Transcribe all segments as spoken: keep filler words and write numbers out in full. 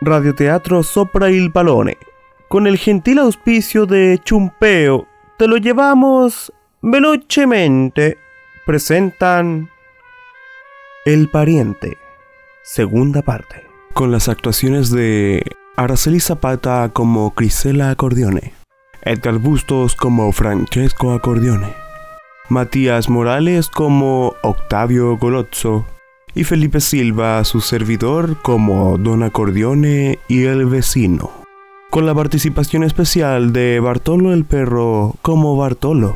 Radioteatro Sopra il Pallone, con el gentil auspicio de Chumpeo, te lo llevamos velocemente, presentan El Pariente, segunda parte, con las actuaciones de Araceli Zapata como Crisela Acordione, Edgar Bustos como Francesco Acordione, Matías Morales como Octavio Golozzo y Felipe Silva, su servidor, como Don Acordione y el vecino, con la participación especial de Bartolo el perro como Bartolo.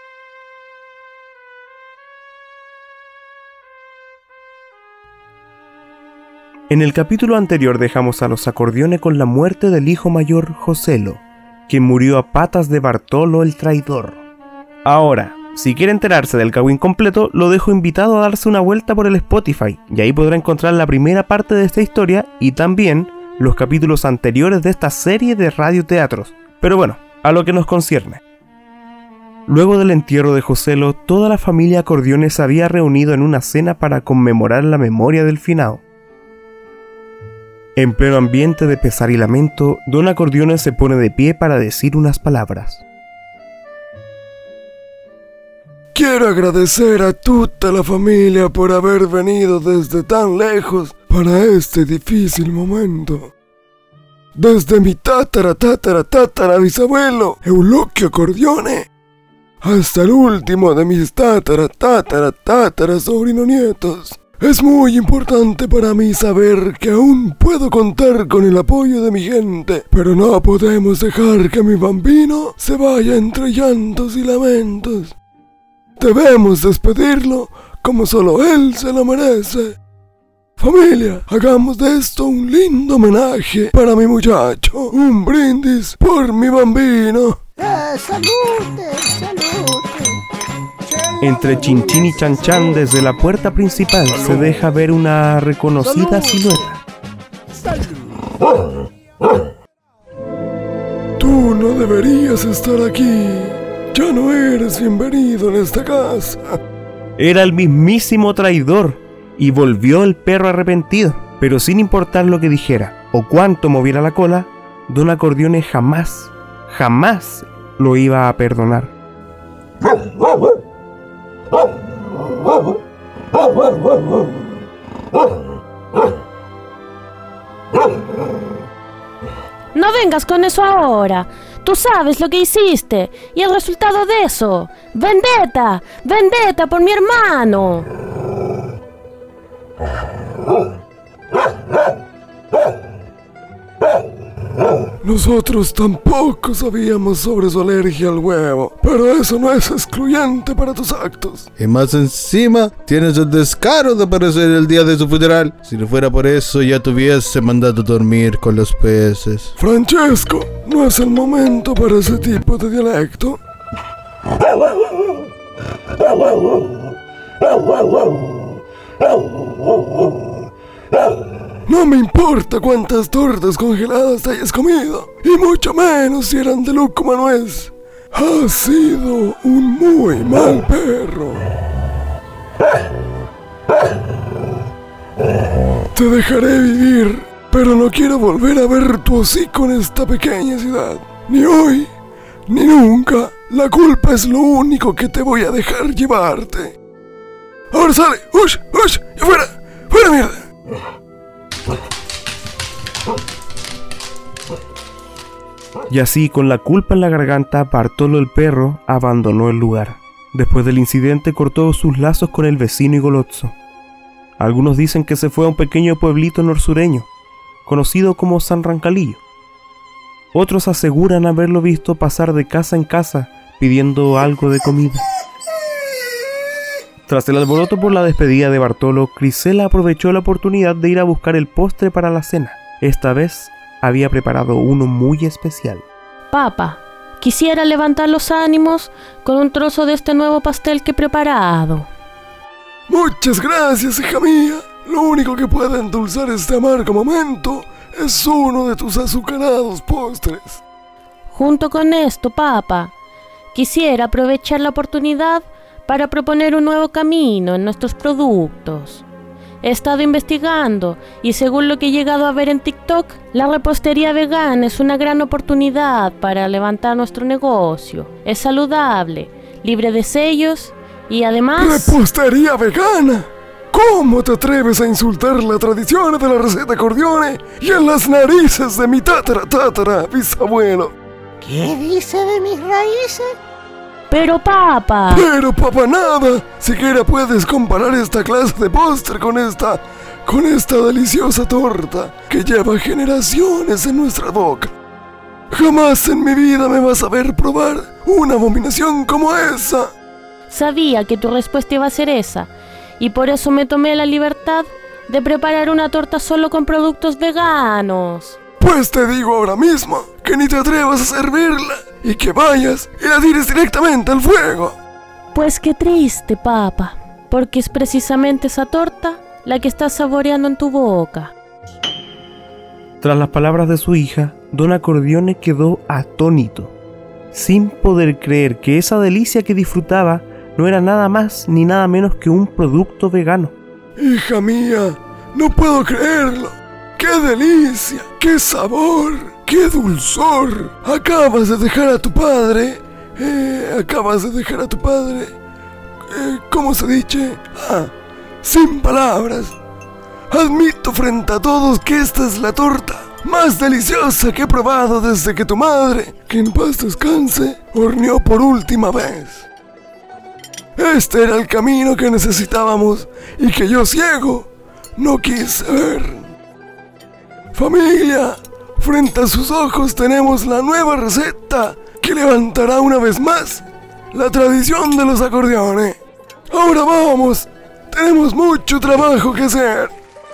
En el capítulo anterior dejamos a los Acordione con la muerte del hijo mayor Joselo, quien murió a patas de Bartolo el traidor. Ahora, si quiere enterarse del cagüín completo, lo dejo invitado a darse una vuelta por el Spotify, y ahí podrá encontrar la primera parte de esta historia y también los capítulos anteriores de esta serie de radioteatros. Pero bueno, a lo que nos concierne. Luego del entierro de Joselo, toda la familia Acordione se había reunido en una cena para conmemorar la memoria del finado. En pleno ambiente de pesar y lamento, Don Acordione se pone de pie para decir unas palabras. Quiero agradecer a toda la familia por haber venido desde tan lejos para este difícil momento. Desde mi tatara tatara tatara bisabuelo Euloquio Acordione hasta el último de mis tatara tatara tatara sobrino nietos. Es muy importante para mí saber que aún puedo contar con el apoyo de mi gente, pero no podemos dejar que mi bambino se vaya entre llantos y lamentos. Debemos despedirlo como solo él se lo merece. Familia, hagamos de esto un lindo homenaje para mi muchacho, un brindis por mi bambino. ¡Eh, salute, salute! Entre chinchín y chanchan, desde la puerta principal se deja ver una reconocida silueta. Tú no deberías estar aquí. Ya no eres bienvenido en esta casa. Era el mismísimo traidor, y volvió el perro arrepentido. Pero sin importar lo que dijera o cuánto moviera la cola, Don Acordione jamás, jamás lo iba a perdonar. No vengas con eso ahora. Tú sabes lo que hiciste y el resultado de eso. ¡Vendetta! ¡Vendetta por mi hermano! Nosotros tampoco sabíamos sobre su alergia al huevo, pero eso no es excluyente para tus actos. Y más encima, tienes el descaro de aparecer el día de su funeral. Si no fuera por eso, ya te hubiese mandado dormir con los peces. Francesco, no es el momento para ese tipo de dialecto. No me importa cuántas tortas congeladas hayas comido, y mucho menos si eran de lúcuma nuez. Has sido un muy mal perro. Te dejaré vivir, pero no quiero volver a ver tu hocico en esta pequeña ciudad. Ni hoy, ni nunca. La culpa es lo único que te voy a dejar llevarte. Ahora sale, ¡ush, ush! ¡Y fuera! ¡Fuera, mierda! Y así, con la culpa en la garganta, Bartolo el perro abandonó el lugar. Después del incidente cortó sus lazos con el vecino y Golozzo. Algunos dicen que se fue a un pequeño pueblito norsureño, conocido como San Rancalillo. Otros aseguran haberlo visto pasar de casa en casa pidiendo algo de comida. Tras el alboroto por la despedida de Bartolo, Crisela aprovechó la oportunidad de ir a buscar el postre para la cena. Esta vez había preparado uno muy especial. Papá, quisiera levantar los ánimos con un trozo de este nuevo pastel que he preparado. Muchas gracias, hija mía. Lo único que puede endulzar este amargo momento es uno de tus azucarados postres. Junto con esto, papá, quisiera aprovechar la oportunidad para proponer un nuevo camino en nuestros productos. He estado investigando y según lo que he llegado a ver en TikTok, la repostería vegana es una gran oportunidad para levantar nuestro negocio. Es saludable, libre de sellos y además... ¿Repostería vegana? ¿Cómo te atreves a insultar la tradición de la receta Cordione y en las narices de mi tatara tatara bisabuelo? ¿Qué dice de mis raíces? Pero papá... Pero papá nada, siquiera puedes comparar esta clase de postre con esta, con esta deliciosa torta que lleva generaciones en nuestra boca. Jamás en mi vida me vas a ver probar una abominación como esa. Sabía que tu respuesta iba a ser esa, y por eso me tomé la libertad de preparar una torta solo con productos veganos. Pues te digo ahora mismo que ni te atrevas a servirla y que vayas y la tires directamente al fuego. Pues qué triste, papá, porque es precisamente esa torta la que estás saboreando en tu boca. Tras las palabras de su hija, don Acordione quedó atónito, sin poder creer que esa delicia que disfrutaba no era nada más ni nada menos que un producto vegano. Hija mía, no puedo creerlo. ¡Qué delicia! ¡Qué sabor! ¡Qué dulzor! Acabas de dejar a tu padre. Eh, acabas de dejar a tu padre. Eh, ¿Cómo se dice? Ah, sin palabras. Admito frente a todos que esta es la torta más deliciosa que he probado desde que tu madre, que en paz descanse, horneó por última vez. Este era el camino que necesitábamos y que yo, ciego, no quise ver. Familia, frente a sus ojos tenemos la nueva receta que levantará una vez más la tradición de los acordeones. Ahora vamos, tenemos mucho trabajo que hacer.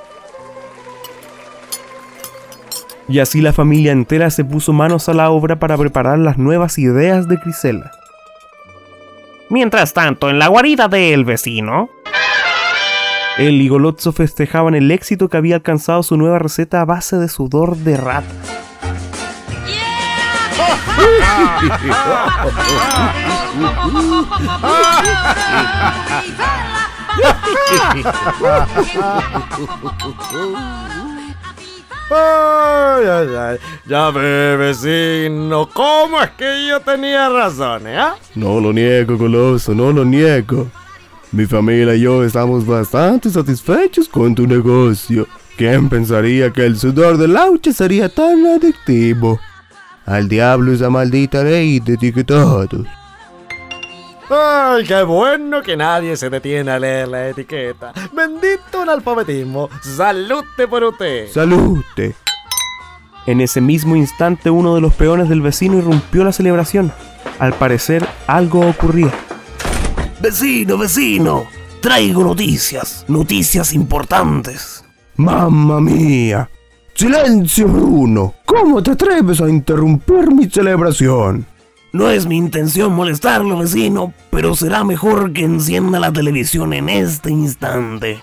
Y así la familia entera se puso manos a la obra para preparar las nuevas ideas de Grisela. Mientras tanto, en la guarida del vecino... Él y Golotso festejaban el éxito que había alcanzado su nueva receta a base de sudor de rata. Ay, ay, ay. Ya ve, vecino, ¿cómo es que yo tenía razón, eh? No lo niego, Goloso, no lo niego. Mi familia y yo estamos bastante satisfechos con tu negocio. ¿Quién pensaría que el sudor del lauche sería tan adictivo? Al diablo esa maldita ley de etiquetados. Ay, qué bueno que nadie se detiene a leer la etiqueta. Bendito analfabetismo. Salute por usted. Salute. En ese mismo instante uno de los peones del vecino irrumpió la celebración. Al parecer algo ocurría. Vecino, vecino, traigo noticias, noticias importantes. ¡Mamma mía! ¡Silencio, Bruno! ¿Cómo te atreves a interrumpir mi celebración? No es mi intención molestarlo, vecino, pero será mejor que encienda la televisión en este instante.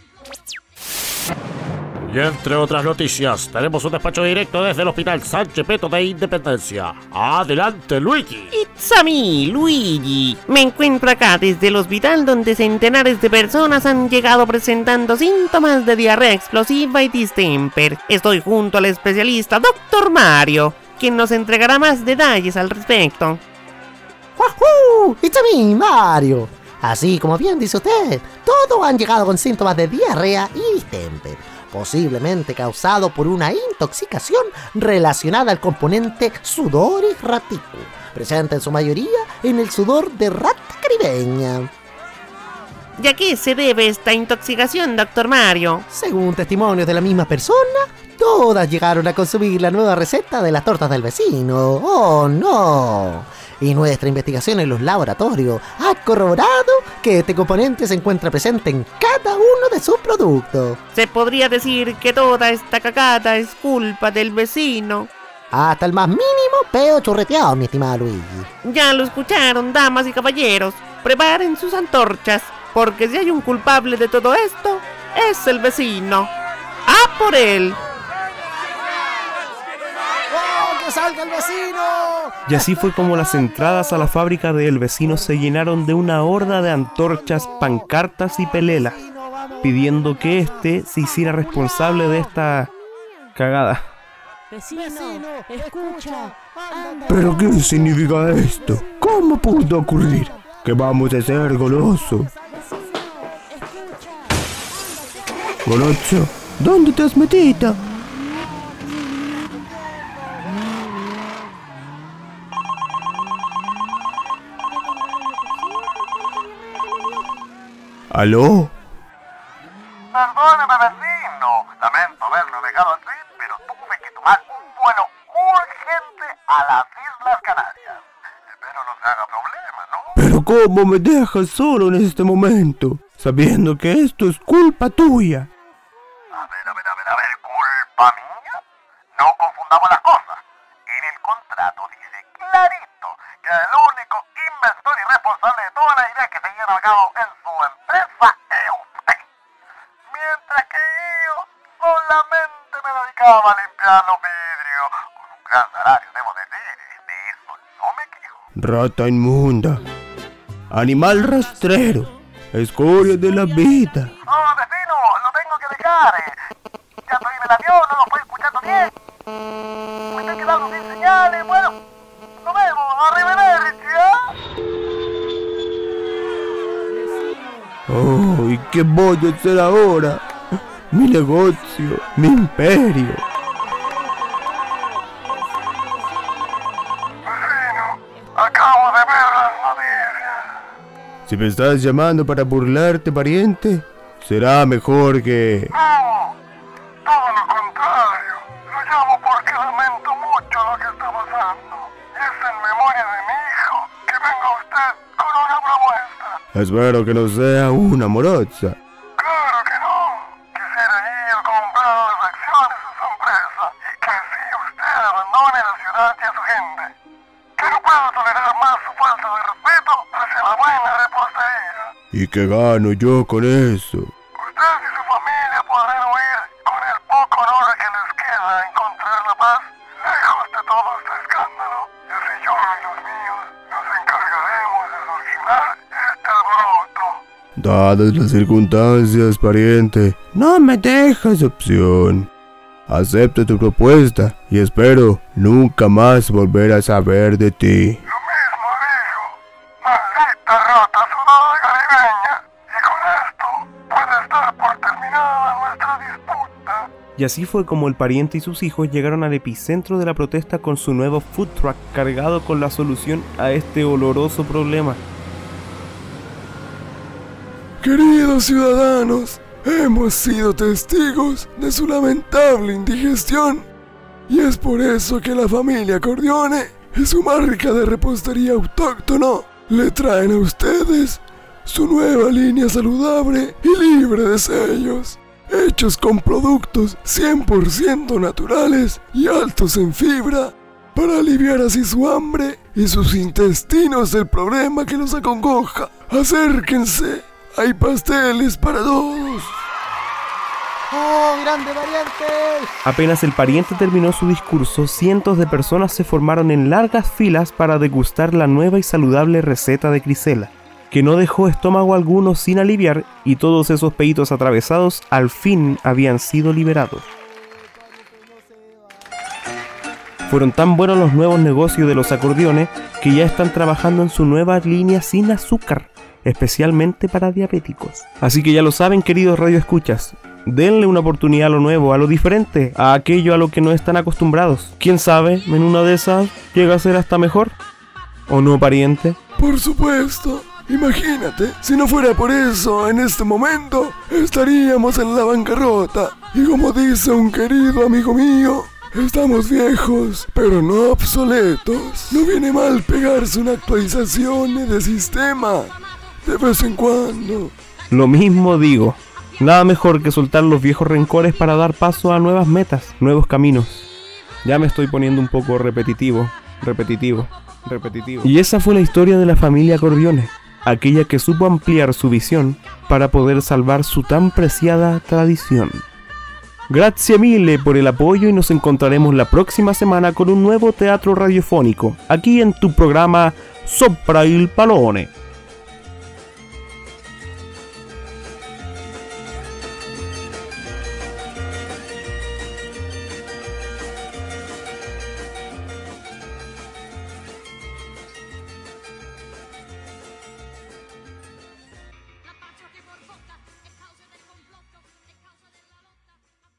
Y entre otras noticias, tenemos un despacho directo desde el Hospital San Geppetto de Independencia. Adelante, Luigi. It's a me, Luigi. Me encuentro acá desde el hospital donde centenares de personas han llegado presentando síntomas de diarrea explosiva y distemper. Estoy junto al especialista doctor Mario, quien nos entregará más detalles al respecto. ¡Wahoo! ¡It's a me, Mario! Así como bien dice usted, todos han llegado con síntomas de diarrea y distemper, posiblemente causado por una intoxicación relacionada al componente sudoris raticus, presente en su mayoría en el sudor de rata caribeña. ¿Y a qué se debe esta intoxicación, doctor Mario? Según testimonios de la misma persona, todas llegaron a consumir la nueva receta de las tortas del vecino. ¡Oh, no! Y nuestra investigación en los laboratorios ha corroborado que este componente se encuentra presente en cada uno de sus productos. Se podría decir que toda esta cacata es culpa del vecino. Hasta el más mínimo peo chorreteado, mi estimado Luigi. Ya lo escucharon, damas y caballeros. Preparen sus antorchas, porque si hay un culpable de todo esto, es el vecino. ¡A por él! ¡Oh, que salga el vecino! Y así fue como las entradas a la fábrica de El Vecino se llenaron de una horda de antorchas, pancartas y pelelas. pidiendo que éste se hiciera responsable de esta cagada. Vecino, escucha, anda. ¿Pero qué significa esto? ¿Cómo pudo ocurrir? ¿Que vamos a ser goloso? Goloso, ¿dónde te has metido? ¿Aló? Perdóneme, vecino. Lamento haberlo dejado así, pero tuve que tomar un vuelo urgente a las Islas Canarias. Espero no se haga problema, ¿no? ¿Pero cómo me dejas solo en este momento? Sabiendo que esto es culpa tuya. A ver, a ver, a ver, a ver, ¿culpa mía? No confundamos las cosas. En el contrato dice clarito que el único inversor y responsable de todas las ideas que se llevan a cabo en su empresa es usted. Mientras que yo solamente me dedicaba a limpiar los vidrios, con un gran salario, debo decir, de eso no me quejo. Rata inmunda. Animal rastrero. Escoria de la vida. Oh, vecino, lo tengo que dejar. eh. Ya estoy en el avión, no lo estoy escuchando bien. Me estoy quedando sin señales, bueno. Nos vemos, arrivederci, ¿eh? Oh, ¿y qué voy a hacer ahora? Mi negocio, mi imperio. Vecino, acabo de ver las noticias. Si me estás llamando para burlarte, pariente, será mejor que... No, todo lo contrario. Lo llamo porque lamento mucho lo que está pasando. Y es en memoria de mi hijo que venga usted con una propuesta. Espero que no sea una morocha. Claro que no. Quisiera ir a comprar las acciones de su empresa y que así usted abandone la ciudad y a su gente. Que no puedo tolerar más su falta de respeto hacia la buena repostería. ¿Y qué gano yo con eso? Usted y su familia podrán huir con el poco honor que les queda a encontrar la paz lejos de todo este escándalo. Y así yo y los míos nos encargaremos de solucionar este alboroto. Dadas las circunstancias, pariente, no me dejas opción. Acepto tu propuesta y espero nunca más volver a saber de ti. Lo mismo digo, maldita rata sudada caribeña. Y con esto puede estar por terminada nuestra disputa. Y así fue como el pariente y sus hijos llegaron al epicentro de la protesta con su nuevo food truck cargado con la solución a este oloroso problema. Queridos ciudadanos, hemos sido testigos de su lamentable indigestión y es por eso que la familia Cordione y su marca de repostería autóctono le traen a ustedes su nueva línea saludable y libre de sellos, hechos con productos cien por ciento naturales y altos en fibra para aliviar así su hambre y sus intestinos del problema que los acongoja. Acérquense. ¡Hay pasteles para todos! ¡Oh, grande pariente! Apenas el pariente terminó su discurso, cientos de personas se formaron en largas filas para degustar la nueva y saludable receta de Crisela, que no dejó estómago alguno sin aliviar y todos esos peitos atravesados al fin habían sido liberados. Fueron tan buenos los nuevos negocios de los acordeones que ya están trabajando en su nueva línea sin azúcar, especialmente para diabéticos. Así que ya lo saben, queridos radioescuchas, denle una oportunidad a lo nuevo, a lo diferente, a aquello a lo que no están acostumbrados. ¿Quién sabe? En una de esas llega a ser hasta mejor. ¿O no, pariente? Por supuesto. Imagínate, si no fuera por eso, en este momento estaríamos en la bancarrota. Y como dice un querido amigo mío, estamos viejos, pero no obsoletos. No viene mal pegarse una actualización de sistema de vez en cuando. Lo mismo digo. Nada mejor que soltar los viejos rencores para dar paso a nuevas metas, nuevos caminos. Ya me estoy poniendo un poco repetitivo, repetitivo, repetitivo. Y esa fue la historia de la familia Cordione, aquella que supo ampliar su visión para poder salvar su tan preciada tradición. Grazie mille por el apoyo y nos encontraremos la próxima semana con un nuevo teatro radiofónico, aquí en tu programa Sopra il Pallone.